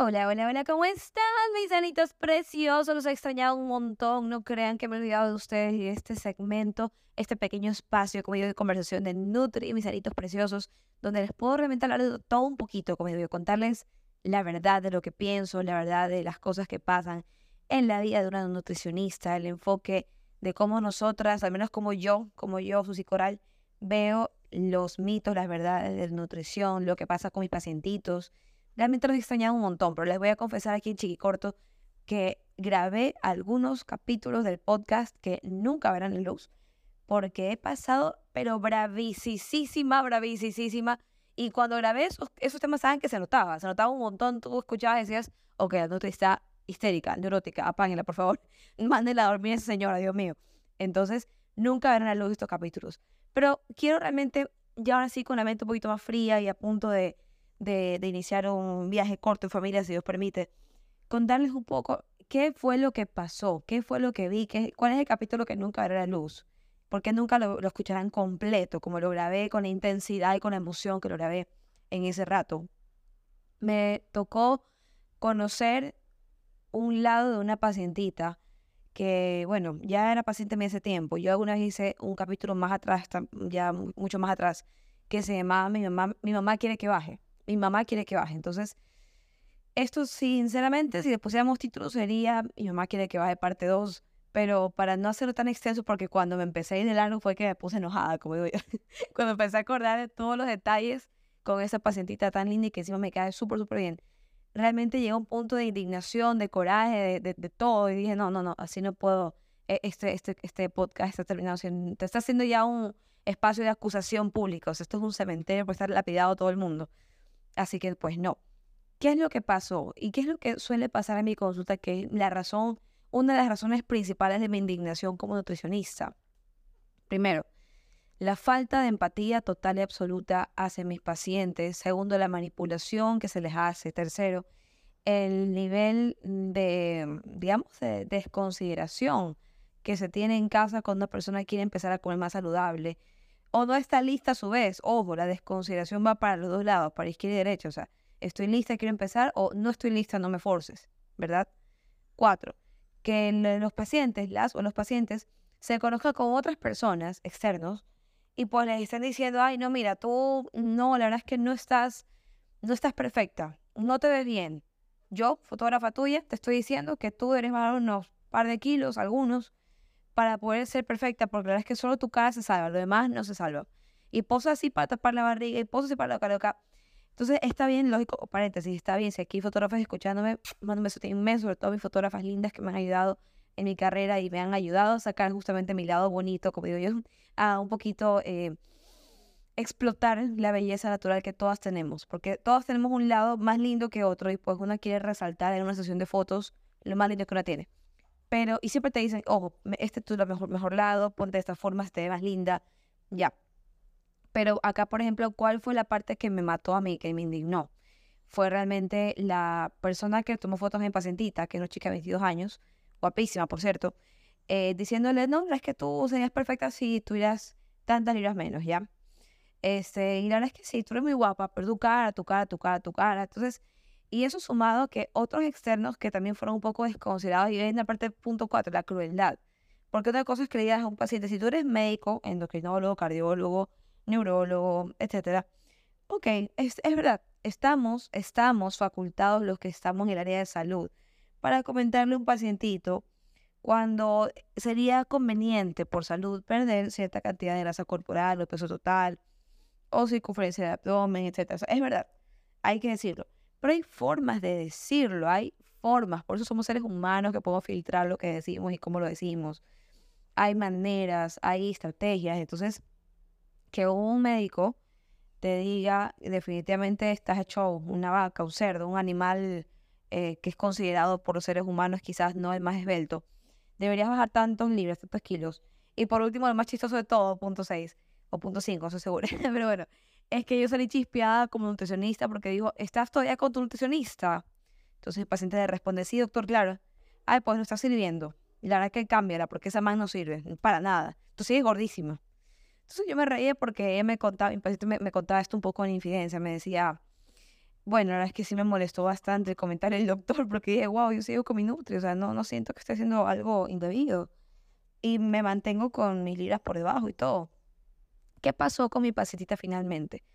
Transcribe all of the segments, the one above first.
Hola, hola, hola, ¿cómo están, mis anitos preciosos? Los he extrañado un montón, no crean que me he olvidado de ustedes y de este segmento, este pequeño espacio, como digo, de conversación de Nutri y mis anitos preciosos, donde les puedo realmente hablar de todo un poquito, como digo, contarles la verdad de lo que pienso, la verdad de las cosas que pasan en la vida de una nutricionista, el enfoque de cómo nosotras, al menos como yo, Susi Coral, veo los mitos, las verdades de nutrición, lo que pasa con mis pacientitos. Realmente los he extrañado un montón, pero les voy a confesar aquí en Chiquicorto que grabé algunos capítulos del podcast que nunca verán la luz, porque he pasado, pero bravísima. Y cuando grabé esos temas, saben que se notaba un montón. Tú escuchabas y decías, ok, la nutri está histérica, neurótica, apáguenla, por favor, mándenla a dormir a esa señora, Dios mío. Entonces, nunca verán la luz estos capítulos. Pero quiero realmente, ya ahora sí, con la mente un poquito más fría y a punto de iniciar un viaje corto en familia, si Dios permite, contarles un poco qué fue lo que pasó, qué fue lo que vi, cuál es el capítulo que nunca verá la luz, porque nunca lo escucharán completo, como lo grabé con la intensidad y con la emoción que lo grabé en ese rato. Me tocó conocer un lado de una pacientita que, bueno, ya era paciente mía hace tiempo. Yo alguna vez hice un capítulo más atrás, mucho más atrás, que se llamaba Mi mamá quiere que baje. Mi mamá quiere que baje. Entonces, esto sinceramente, si le pusiéramos título sería Mi mamá quiere que baje parte 2, pero para no hacerlo tan extenso, porque cuando me empecé a ir de largo fue que me puse enojada, como digo yo. Cuando empecé a acordar de todos los detalles con esa pacientita tan linda y que encima me cae súper bien, realmente llegó a un punto de indignación, de coraje, de todo, y dije, no, así no puedo. Este podcast está terminado siendo, te está haciendo ya un espacio de acusación pública, o sea, esto es un cementerio por estar lapidado a todo el mundo. Así que, pues no. ¿Qué es lo que pasó? ¿Y qué es lo que suele pasar en mi consulta? Que es una de las razones principales de mi indignación como nutricionista. Primero, la falta de empatía total y absoluta hacia mis pacientes. Segundo, la manipulación que se les hace. Tercero, el nivel de, digamos, de desconsideración que se tiene en casa cuando una persona quiere empezar a comer más saludable o no está lista a su vez. Ojo, la desconsideración va para los dos lados, para izquierda y derecha. O sea, estoy lista, quiero empezar, o no estoy lista, no me forces, ¿verdad? 4, que los pacientes, las o los pacientes, se conozcan con otras personas externos y pues les están diciendo, ay, no, mira, tú, no, la verdad es que no estás perfecta, no te ves bien. Yo, fotógrafa tuya, te estoy diciendo que tú eres bajar unos par de kilos, algunos, para poder ser perfecta, porque la verdad es que solo tu cara se salva, lo demás no se salva. Y posa así para tapar la barriga, y posa así para la cara acá. Entonces, está bien, lógico, paréntesis, está bien, si aquí hay fotógrafas escuchándome, mando un beso inmenso, sobre todo mis fotógrafas lindas que me han ayudado en mi carrera y me han ayudado a sacar justamente mi lado bonito, como digo yo, a un poquito explotar la belleza natural que todas tenemos, porque todas tenemos un lado más lindo que otro y pues una quiere resaltar en una sesión de fotos lo más lindo que una tiene. Pero, y siempre te dicen, ojo, este es tu mejor lado, ponte de esta forma, se te ve más linda, ya. Pero acá, por ejemplo, ¿cuál fue la parte que me mató a mí, que me indignó? Fue realmente la persona que tomó fotos a mi pacientita, que es una chica de 22 años, guapísima, por cierto, diciéndole, no, es que tú serías perfecta si tuvieras tantas libras menos, ¿ya? Y la verdad es que sí, tú eres muy guapa, pero tu cara. Entonces, y eso sumado a que otros externos que también fueron un poco desconsiderados, y en la parte punto 4, la crueldad. Porque otra cosa es que le digas a un paciente, si tú eres médico, endocrinólogo, cardiólogo, neurólogo, etcétera, ok, es verdad, estamos facultados los que estamos en el área de salud para comentarle a un pacientito cuando sería conveniente por salud perder cierta cantidad de grasa corporal o peso total o circunferencia de abdomen, etcétera. O sea, es verdad, hay que decirlo. Pero hay formas de decirlo, hay formas. Por eso somos seres humanos que podemos filtrar lo que decimos y cómo lo decimos. Hay maneras, hay estrategias. Entonces, que un médico te diga, definitivamente estás hecho una vaca, un cerdo, un animal que es considerado por los seres humanos quizás no el más esbelto. Deberías bajar tantos libras, tantos kilos. Y por último, el más chistoso de todo, punto 6 o punto 5, no estoy segura. Pero bueno, es que yo salí chispeada como nutricionista porque dijo, ¿estás todavía con tu nutricionista? Entonces el paciente le responde, sí, doctor, claro. Ay, pues no está sirviendo. Y la verdad es que cámbiala porque esa man no sirve, para nada. Tú sigues gordísima. Entonces yo me reía porque ella me contaba, mi paciente me contaba esto un poco en infidencia. Me decía, Bueno, la verdad es que sí me molestó bastante el comentario del doctor porque dije, wow, yo sigo con mi Nutri, o sea, no siento que esté haciendo algo indebido y me mantengo con mis libras por debajo y todo. ¿Qué pasó con mi pacientita finalmente?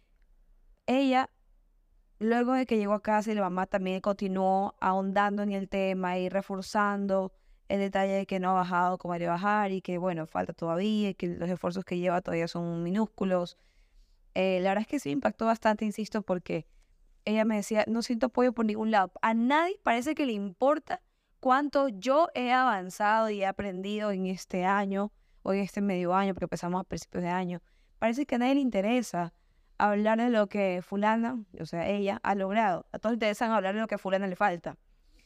Ella, luego de que llegó a casa y la mamá también continuó ahondando en el tema y reforzando el detalle de que no ha bajado como debería bajar y que, bueno, falta todavía y que los esfuerzos que lleva todavía son minúsculos. La verdad es que sí me impactó bastante, insisto, porque ella me decía, no siento apoyo por ningún lado. A nadie parece que le importa cuánto yo he avanzado y he aprendido en este año o en este medio año, porque empezamos a principios de año. Parece que a nadie le interesa hablar de lo que fulana, o sea, ella, ha logrado. A todos les interesa hablar de lo que a fulana le falta.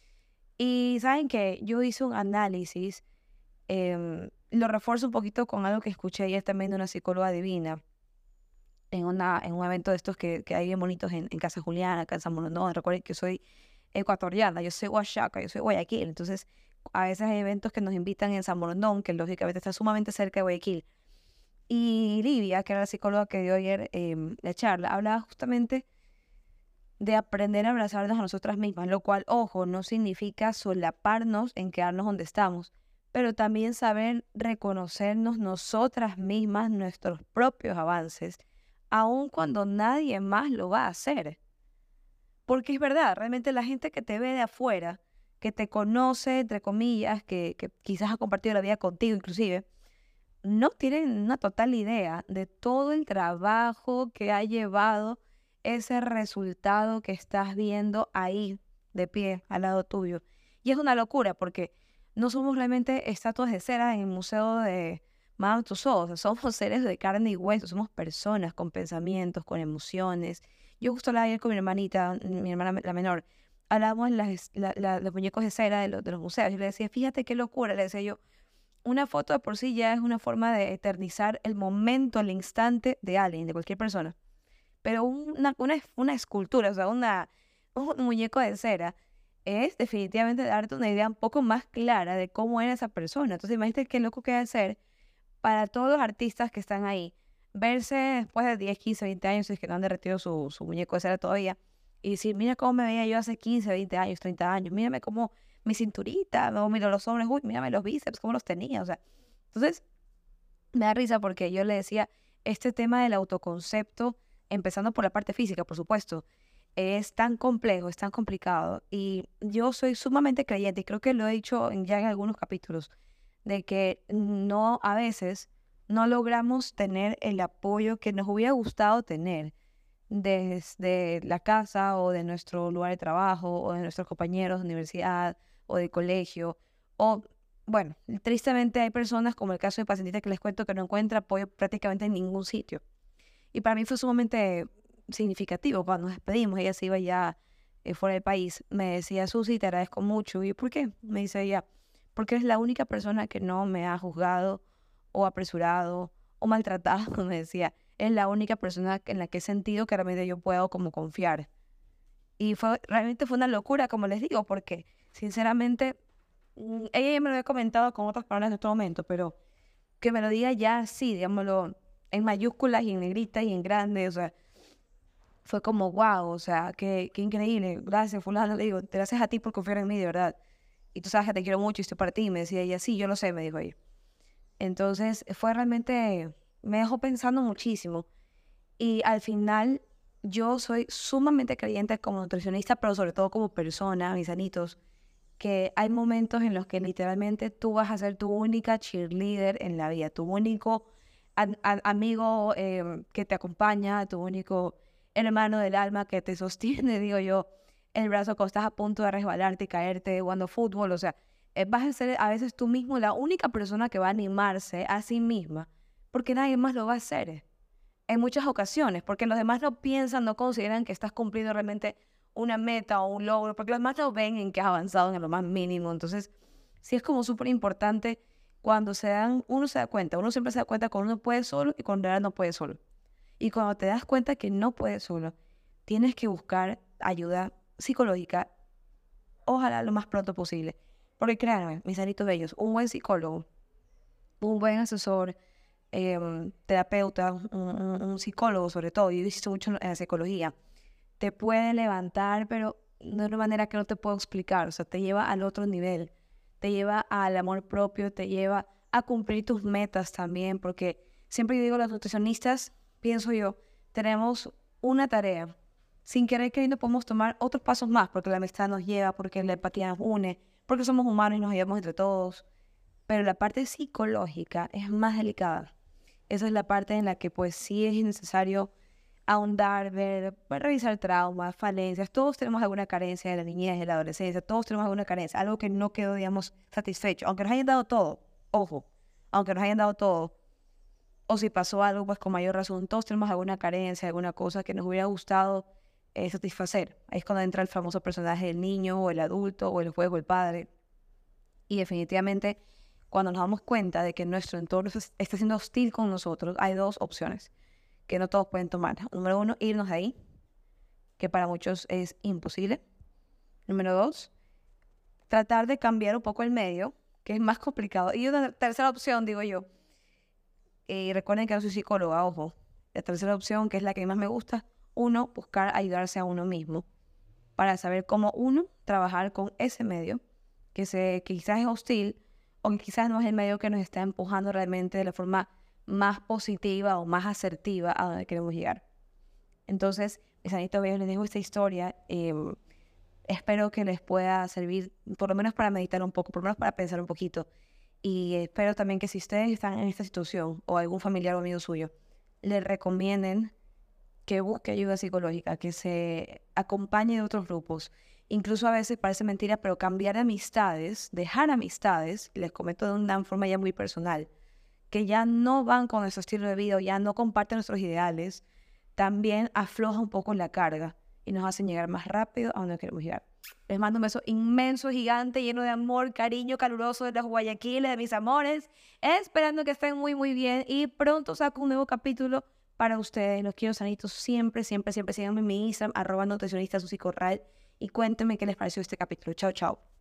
Y saben que yo hice un análisis, lo refuerzo un poquito con algo que escuché ayer también de una psicóloga divina en un evento de estos que hay bien bonitos en Casa Juliana, acá en San Borondón. Recuerden que yo soy ecuatoriana, yo soy Oaxaca, yo soy Guayaquil. Entonces, a veces hay eventos que nos invitan en San Borondón, que lógicamente está sumamente cerca de Guayaquil. Y Livia, que era la psicóloga que dio ayer la charla, hablaba justamente de aprender a abrazarnos a nosotras mismas, lo cual, ojo, no significa solaparnos en quedarnos donde estamos, pero también saber reconocernos nosotras mismas nuestros propios avances, aun cuando nadie más lo va a hacer. Porque es verdad, realmente la gente que te ve de afuera, que te conoce, entre comillas, que quizás ha compartido la vida contigo inclusive, no tienen una total idea de todo el trabajo que ha llevado ese resultado que estás viendo ahí, de pie, al lado tuyo. Y es una locura porque no somos realmente estatuas de cera en el museo de Madame Tussauds, o sea, somos seres de carne y hueso, somos personas con pensamientos, con emociones. Yo justo hablaba ayer con mi hermanita, mi hermana la menor, hablábamos de los muñecos de cera de los museos. Yo le decía, fíjate qué locura, le decía yo, una foto de por sí ya es una forma de eternizar el momento, el instante de alguien, de cualquier persona. Pero una escultura, o sea, un muñeco de cera, es definitivamente darte una idea un poco más clara de cómo era esa persona. Entonces, imagínate qué loco que debe ser para todos los artistas que están ahí, verse después de 10, 15, 20 años, si es que no han derretido su muñeco de cera todavía, y decir, mira cómo me veía yo hace 15, 20 años, 30 años, mírame cómo mi cinturita, no, mira los hombres, uy, mírame los bíceps, cómo los tenía, o sea. Entonces, me da risa porque yo le decía, este tema del autoconcepto, empezando por la parte física, por supuesto, es tan complejo, es tan complicado, y yo soy sumamente creyente, y creo que lo he dicho ya en algunos capítulos, de que no, a veces no logramos tener el apoyo que nos hubiera gustado tener desde la casa o de nuestro lugar de trabajo o de nuestros compañeros de universidad o de colegio. O, bueno, tristemente hay personas, como el caso de pacientita que les cuento, que no encuentra apoyo prácticamente en ningún sitio. Y para mí fue sumamente significativo cuando nos despedimos. Ella se iba ya fuera del país. Me decía, Susi, te agradezco mucho. ¿Y yo, por qué? Me dice ella, porque eres la única persona que no me ha juzgado o apresurado o maltratado, me decía. Es la única persona en la que he sentido que realmente yo puedo como confiar. Y realmente fue una locura, como les digo, porque sinceramente, ella ya me lo había comentado con otras palabras en otro momento, pero que me lo diga ya así, digámoslo, en mayúsculas y en negrita y en grande, o sea, fue como, wow, o sea, qué increíble, gracias fulano, le digo, gracias a ti por confiar en mí, de verdad. Y tú sabes que te quiero mucho y estoy para ti, y me decía ella, sí, yo lo sé, me dijo ella. Entonces, fue realmente, me dejó pensando muchísimo. Y al final, yo soy sumamente creyente como nutricionista, pero sobre todo como persona, mis anitos, que hay momentos en los que literalmente tú vas a ser tu única cheerleader en la vida, tu único amigo que te acompaña, tu único hermano del alma que te sostiene, digo yo, el brazo cuando estás a punto de resbalarte y caerte jugando fútbol, o sea, vas a ser a veces tú mismo la única persona que va a animarse a sí misma, porque nadie más lo va a hacer en muchas ocasiones, porque los demás no piensan, no consideran que estás cumpliendo realmente una meta o un logro, porque los demás no ven en que has avanzado en lo más mínimo. Entonces, sí es como súper importante cuando uno se da cuenta, uno siempre se da cuenta cuando uno puede solo y cuando no puede solo. Y cuando te das cuenta que no puedes solo, tienes que buscar ayuda psicológica, ojalá lo más pronto posible. Porque créanme, mis anitos bellos, un buen psicólogo, un buen asesor, terapeuta, un psicólogo sobre todo, yo insisto mucho en la psicología, te puede levantar, pero de una manera que no te puedo explicar. O sea, te lleva al otro nivel, te lleva al amor propio, te lleva a cumplir tus metas también, porque siempre yo digo, los nutricionistas, pienso yo, tenemos una tarea. Sin querer queriendo podemos tomar otros pasos más, porque la amistad nos lleva, porque la empatía nos une, porque somos humanos y nos ayudamos entre todos. Pero la parte psicológica es más delicada. Esa es la parte en la que pues sí es necesario ahondar, ver, pues, revisar traumas, falencias. Todos tenemos alguna carencia de la niñez, de la adolescencia, todos tenemos alguna carencia, algo que no quedó, digamos, satisfecho. Aunque nos hayan dado todo, ojo, aunque nos hayan dado todo, o si pasó algo, pues con mayor razón, todos tenemos alguna carencia, alguna cosa que nos hubiera gustado satisfacer. Ahí es cuando entra el famoso personaje del niño, o el adulto, o el juego, el padre. Y definitivamente, cuando nos damos cuenta de que nuestro entorno está siendo hostil con nosotros, hay dos opciones que no todos pueden tomar. Número uno, irnos de ahí, que para muchos es imposible. Número dos, tratar de cambiar un poco el medio, que es más complicado. Y una tercera opción, digo yo, y recuerden que no soy psicóloga, ojo, la tercera opción, que es la que más me gusta, uno, buscar ayudarse a uno mismo para saber cómo uno trabajar con ese medio que quizás es hostil o que quizás no es el medio que nos está empujando realmente de la forma más positiva o más asertiva a donde queremos llegar. Entonces, mis anitos bellos, les dejo esta historia. Espero que les pueda servir, por lo menos para meditar un poco, por lo menos para pensar un poquito. Y espero también que si ustedes están en esta situación o algún familiar o amigo suyo, les recomienden que busque ayuda psicológica, que se acompañe de otros grupos. Incluso a veces parece mentira, pero cambiar amistades, dejar amistades, les comento de una forma ya muy personal, que ya no van con nuestro estilo de vida o ya no comparten nuestros ideales, también afloja un poco la carga y nos hacen llegar más rápido a donde queremos llegar. Les mando un beso inmenso, gigante, lleno de amor, cariño, caluroso de los Guayaquiles, de mis amores, esperando que estén muy, muy bien y pronto saco un nuevo capítulo para ustedes. Los quiero sanitos siempre, siempre, siempre. Síganme en mi Instagram, @nutricionista Susi Corral, y cuéntenme qué les pareció este capítulo. Chao, chao.